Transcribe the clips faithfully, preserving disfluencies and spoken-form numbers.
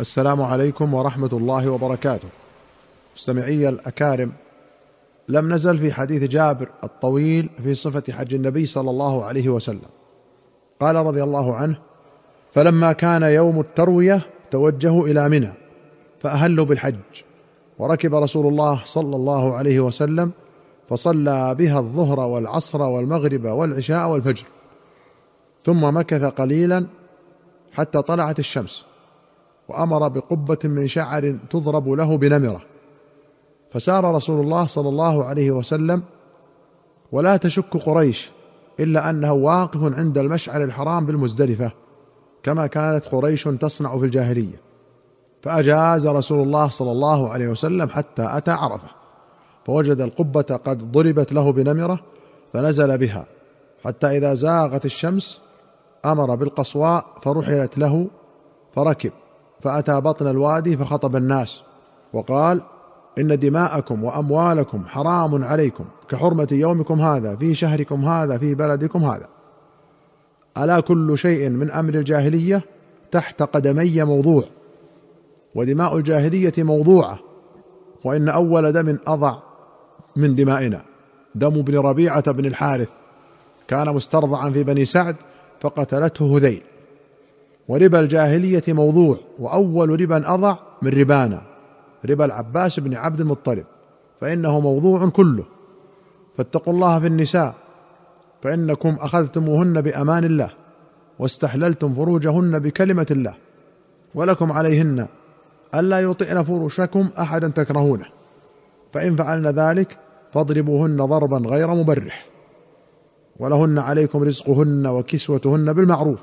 السلام عليكم ورحمة الله وبركاته. مستمعي الأكارم، لم نزل في حديث جابر الطويل في صفة حج النبي صلى الله عليه وسلم. قال رضي الله عنه: فلما كان يوم التروية توجهوا إلى منى فأهلوا بالحج، وركب رسول الله صلى الله عليه وسلم فصلى بها الظهر والعصر والمغرب والعشاء والفجر، ثم مكث قليلا حتى طلعت الشمس، وأمر بقبة من شعر تضرب له بنمرة، فسار رسول الله صلى الله عليه وسلم ولا تشك قريش إلا أنه واقف عند المشعر الحرام بالمزدلفة كما كانت قريش تصنع في الجاهلية. فأجاز رسول الله صلى الله عليه وسلم حتى أتى عرفة، فوجد القبة قد ضربت له بنمرة فنزل بها حتى إذا زاغت الشمس أمر بالقصواء فرحلت له، فركب فأتى بطن الوادي فخطب الناس وقال: إن دماءكم وأموالكم حرام عليكم كحرمة يومكم هذا في شهركم هذا في بلدكم هذا. ألا كل شيء من أمر الجاهلية تحت قدمي موضوع، ودماء الجاهلية موضوعة، وإن أول دم أضع من دمائنا دم بن ربيعة بن الحارث، كان مسترضعا في بني سعد فقتلته هذيل. وربا الجاهلية موضوع، وأول ربا أضع من ربانا ربا العباس بن عبد المطلب، فإنه موضوع كله. فاتقوا الله في النساء، فإنكم أخذتموهن بأمان الله واستحللتم فروجهن بكلمة الله، ولكم عليهن ألا يطئن فرشكم أحدا تكرهونه، فإن فعلن ذلك فاضربوهن ضربا غير مبرح، ولهن عليكم رزقهن وكسوتهن بالمعروف.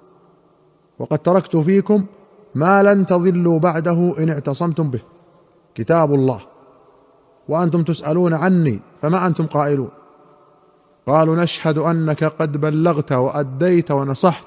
وقد تركت فيكم ما لن تضلوا بعده إن اعتصمتم به، كتاب الله، وأنتم تسألون عني فما أنتم قائلون. قالوا: نشهد أنك قد بلغت وأديت ونصحت.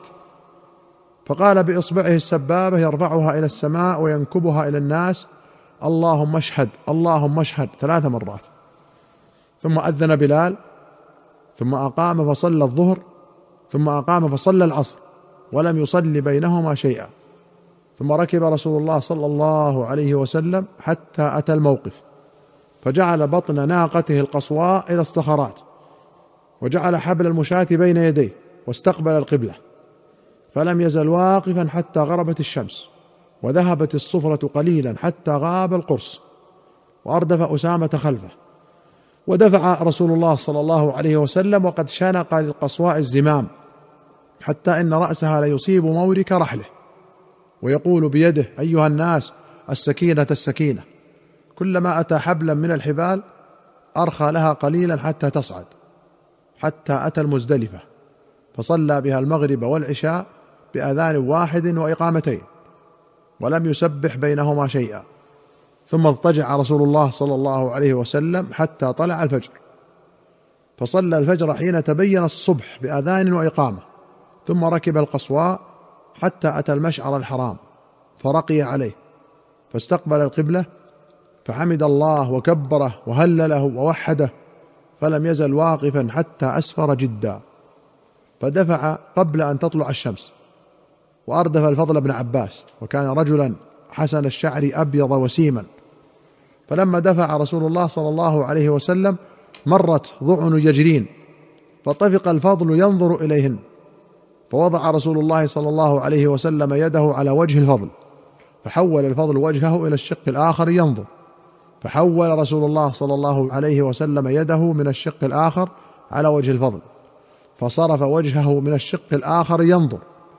فقال بإصبعه السبابة يرفعها إلى السماء وينكبها إلى الناس: اللهم اشهد اللهم اشهد ثلاث مرات. ثم أذن بلال، ثم أقام فصلى الظهر، ثم أقام فصلى العصر، ولم يصل بينهما شيئا. ثم ركب رسول الله صلى الله عليه وسلم حتى أتى الموقف، فجعل بطن ناقته القصواء إلى الصخرات، وجعل حبل المشاة بين يديه، واستقبل القبلة، فلم يزل واقفا حتى غربت الشمس، وذهبت الصفرة قليلا حتى غاب القرص، وأردف أسامة خلفه. ودفع رسول الله صلى الله عليه وسلم وقد شنق للقصواء الزمام حتى إن رأسها ليصيب مورك رحله، ويقول بيده: أيها الناس السكينة السكينة. كلما أتى حبلا من الحبال أرخى لها قليلا حتى تصعد، حتى أتى المزدلفة فصلى بها المغرب والعشاء بأذان واحد وإقامتين، ولم يسبح بينهما شيئا. ثم اضطجع رسول الله صلى الله عليه وسلم حتى طلع الفجر، فصلى الفجر حين تبين الصبح بأذان وإقامة، ثم ركب القصواء حتى أتى المشعر الحرام فرقي عليه، فاستقبل القبلة فحمد الله وكبره وهلله ووحده، فلم يزل واقفا حتى أسفر جدا، فدفع قبل أن تطلع الشمس، وأردف الفضل بن عباس، وكان رجلا حسن الشعر أبيض وسيما. فلما دفع رسول الله صلى الله عليه وسلم مرت ضعن يجرين، فطفق الفضل ينظر إليهن، فوضع رسول الله صلى الله عليه وسلم يده على وجه الفضل، فحول الفضل وجهه إلى الشق الآخر ينظر، فحول رسول الله صلى الله عليه وسلم يده من الشق الآخر على وجه الفضل، فصرف وجهه من الشق الآخر ينظر،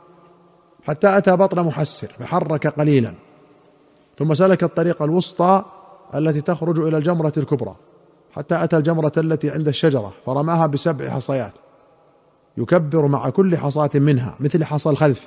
حتى أتى بطن محسر فحرك قليلا، ثم سلك الطريق الوسطى التي تخرج إلى الجمرة الكبرى، حتى أتى الجمرة التي عند الشجرة فرماها بسبع حصيات، يكبر مع كل حصاة منها مثل حصى الخذف.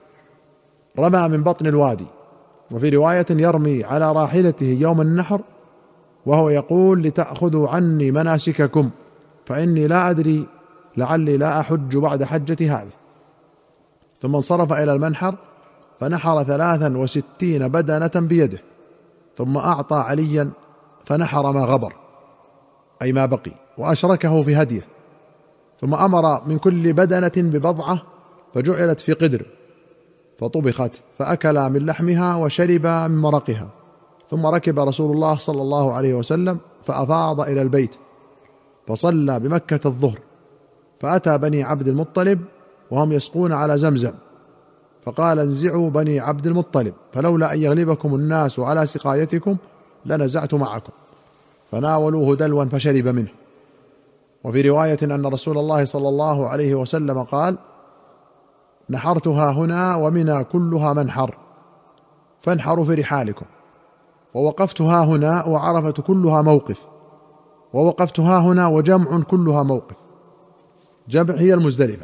رمى من بطن الوادي، وفي رواية يرمي على راحلته يوم النحر وهو يقول: لتأخذوا عني مناسككم فإني لا أدري لعلي لا أحج بعد حجة هذه. ثم انصرف إلى المنحر فنحر ثلاثا وستين بدنة بيده، ثم أعطى عليا فنحر ما غبر أي ما بقي، وأشركه في هديه، ثم أمر من كل بدنة ببضعة فجعلت في قدر، فطبخت فأكلا من لحمها وشربا من مرقها. ثم ركب رسول الله صلى الله عليه وسلم فأفاض إلى البيت فصلى بمكة الظهر، فأتى بني عبد المطلب وهم يسقون على زمزم، فقال: انزعوا بني عبد المطلب، فلولا أن يغلبكم الناس على سقايتكم لنزعت معكم. فناولوه دلوا فشرب منه. وفي رواية أن رسول الله صلى الله عليه وسلم قال: نحرتها هنا ومنى كلها منحر، فانحروا في رحالكم. ووقفتها هنا وعرفة كلها موقف، ووقفتها هنا وجمع كلها موقف. جمع هي المزدلفة.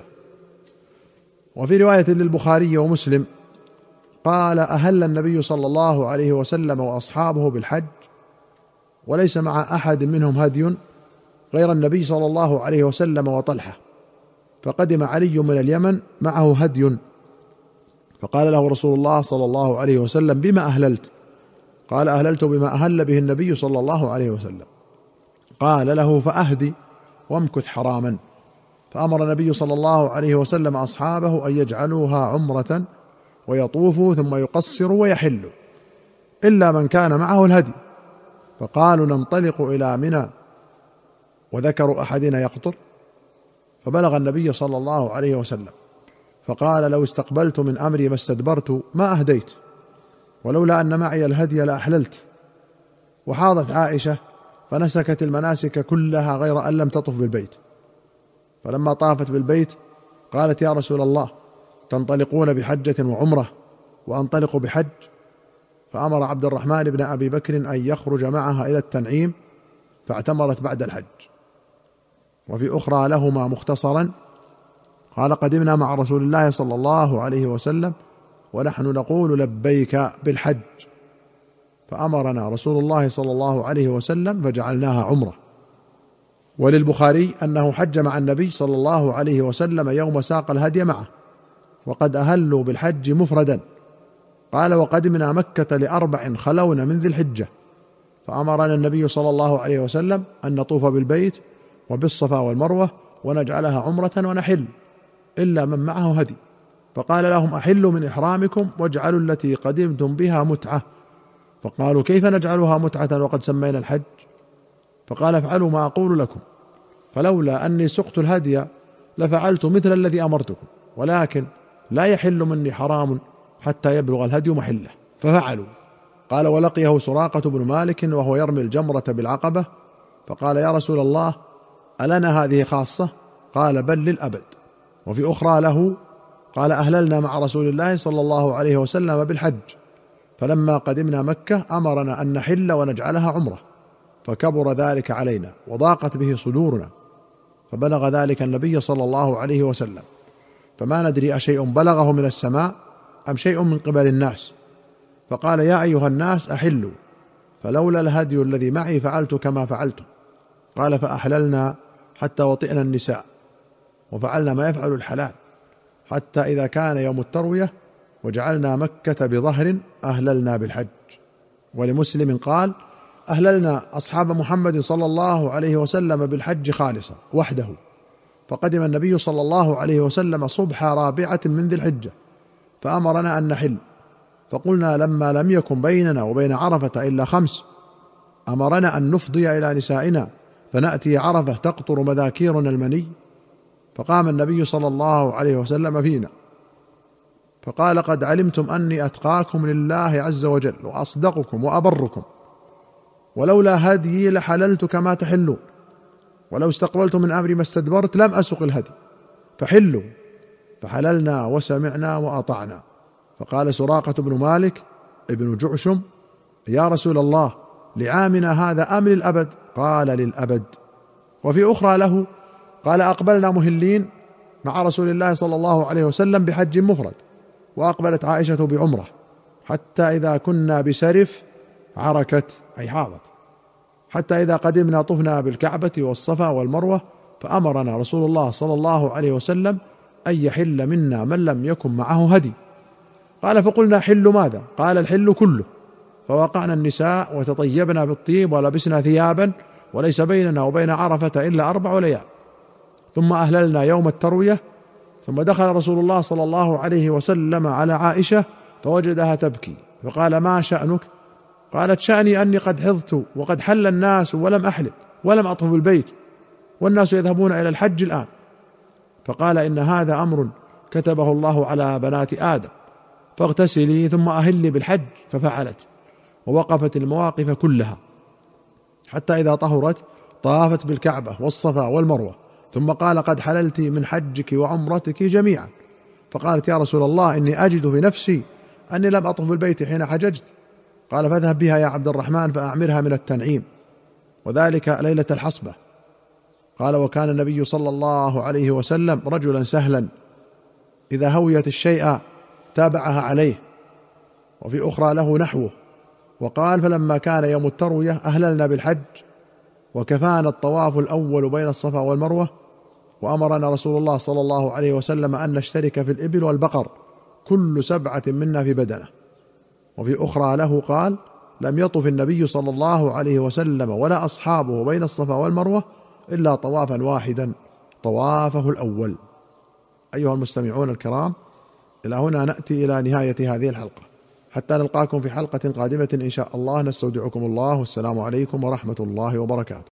وفي رواية للبخاري ومسلم قال: أهل النبي صلى الله عليه وسلم وأصحابه بالحج وليس مع أحد منهم هدي غير النبي صلى الله عليه وسلم وطلحة، فقدم علي من اليمن معه هدي، فقال له رسول الله صلى الله عليه وسلم: بما أهللت؟ قال: أهللت بما أهل به النبي صلى الله عليه وسلم. قال له: فأهدي وامكث حراما. فأمر النبي صلى الله عليه وسلم أصحابه أن يجعلوها عمرة ويطوفوا ثم يقصروا ويحلوا، إلا من كان معه الهدي، فقالوا: ننطلق إلى منى، وذكروا أحدنا يقطر، فبلغ النبي صلى الله عليه وسلم فقال: لو استقبلت من أمري ما استدبرت ما أهديت، ولولا أن معي الهدي لأحللت. وحاضت عائشة فنسكت المناسك كلها غير أن لم تطف بالبيت، فلما طافت بالبيت قالت: يا رسول الله، تنطلقون بحجة وعمرة وأنطلق بحج؟ فأمر عبد الرحمن بن أبي بكر أن يخرج معها إلى التنعيم، فاعتمرت بعد الحج. وفي أخرى لهما مختصرا قال: قدمنا مع رسول الله صلى الله عليه وسلم ونحن نقول لبيك بالحج، فأمرنا رسول الله صلى الله عليه وسلم فجعلناها عمرة. وللبخاري أنه حج مع النبي صلى الله عليه وسلم يوم ساق الهدي معه، وقد أهلوا بالحج مفردا. قال: وقدمنا مكة لأربع خلون من ذي الحجة، فأمرنا النبي صلى الله عليه وسلم أن نطوف بالبيت وبالصفا والمروة ونجعلها عمرة ونحل، إلا من معه هدي. فقال لهم: أحلوا من إحرامكم واجعلوا التي قدمتم بها متعة. فقالوا: كيف نجعلها متعة وقد سمينا الحج؟ فقال: افعلوا ما أقول لكم، فلولا أني سقت الهدي لفعلت مثل الذي أمرتكم، ولكن لا يحل مني حرام حتى يبلغ الهدي محله. ففعلوا. قال: ولقيه سراقة بن مالك وهو يرمي الجمرة بالعقبة، فقال: يا رسول الله، ألنا هذه خاصة؟ قال: بل للأبد. وفي أخرى له قال: أهللنا مع رسول الله صلى الله عليه وسلم بالحج، فلما قدمنا مكة أمرنا أن نحل ونجعلها عمرة، فكبر ذلك علينا وضاقت به صدورنا، فبلغ ذلك النبي صلى الله عليه وسلم، فما ندري أشيء بلغه من السماء أم شيء من قبل الناس، فقال: يا أيها الناس أحلوا، فلولا الهدي الذي معي فعلت كما فعلتم. قال: فأحللنا حتى وطئنا النساء، وفعلنا ما يفعل الحلال، حتى إذا كان يوم التروية وجعلنا مكة بظهر أهللنا بالحج. ولمسلم قال: أهللنا أصحاب محمد صلى الله عليه وسلم بالحج خالصا وحده، فقدم النبي صلى الله عليه وسلم صبح رابعة من ذي الحجة، فأمرنا أن نحل، فقلنا لما لم يكن بيننا وبين عرفة إلا خمس، أمرنا أن نفضي إلى نسائنا فنأتي عرفة تقطر مذاكيرنا المني، فقام النبي صلى الله عليه وسلم فينا فقال: قد علمتم أني أتقاكم لله عز وجل وأصدقكم وأبركم، ولولا هدي لحللت كما تحلون، ولو استقبلت من أمري ما استدبرت لم أسق الهدي، فحلوا. فحللنا وسمعنا وأطعنا. فقال سراقة بن مالك ابن جعشم: يا رسول الله، لعامنا هذا أم للأبد؟ قال: للأبد. وفي أخرى له قال: أقبلنا مهلين مع رسول الله صلى الله عليه وسلم بحج مفرد، وأقبلت عائشة بعمرة، حتى إذا كنا بسرف عركت أي حاضت، حتى إذا قدمنا طفنا بالكعبة والصفا والمروة، فأمرنا رسول الله صلى الله عليه وسلم أن يحل منا من لم يكن معه هدي. قال: فقلنا: حل ماذا؟ قال: الحل كله. فوقعنا النساء وتطيبنا بالطيب ولبسنا ثيابا، وليس بيننا وبين عرفة إلا أربع ليال. ثم أهللنا يوم التروية، ثم دخل رسول الله صلى الله عليه وسلم على عائشة فوجدها تبكي، فقال: ما شأنك؟ قالت: شأني أني قد حضت وقد حل الناس ولم أحلل ولم أطف البيت، والناس يذهبون إلى الحج الآن. فقال: إن هذا أمر كتبه الله على بنات آدم، فاغتسلي ثم أهلي بالحج. ففعلت، ووقفت المواقف كلها حتى إذا طهرت طافت بالكعبة والصفا والمروة، ثم قال: قد حللت من حجك وعمرتك جميعا. فقالت: يا رسول الله، إني أجد في نفسي أني لم أطف بالبيت حين حججت. قال: فاذهب بها يا عبد الرحمن فأعمرها من التنعيم، وذلك ليلة الحصبة. قال: وكان النبي صلى الله عليه وسلم رجلا سهلا، إذا هويت الشيء تابعها عليه. وفي أخرى له نحوه. وقال: فلما كان يوم التروية أهللنا بالحج، وكفانا الطواف الأول بين الصفا والمروة، وأمرنا رسول الله صلى الله عليه وسلم أن نشترك في الإبل والبقر، كل سبعة منا في بدنه. وفي أخرى له قال: لم يطف النبي صلى الله عليه وسلم ولا أصحابه بين الصفا والمروة إلا طوافا واحدا طوافه الأول. أيها المستمعون الكرام، إلى هنا نأتي إلى نهاية هذه الحلقة، حتى نلقاكم في حلقة قادمة إن شاء الله. نستودعكم الله، والسلام عليكم ورحمة الله وبركاته.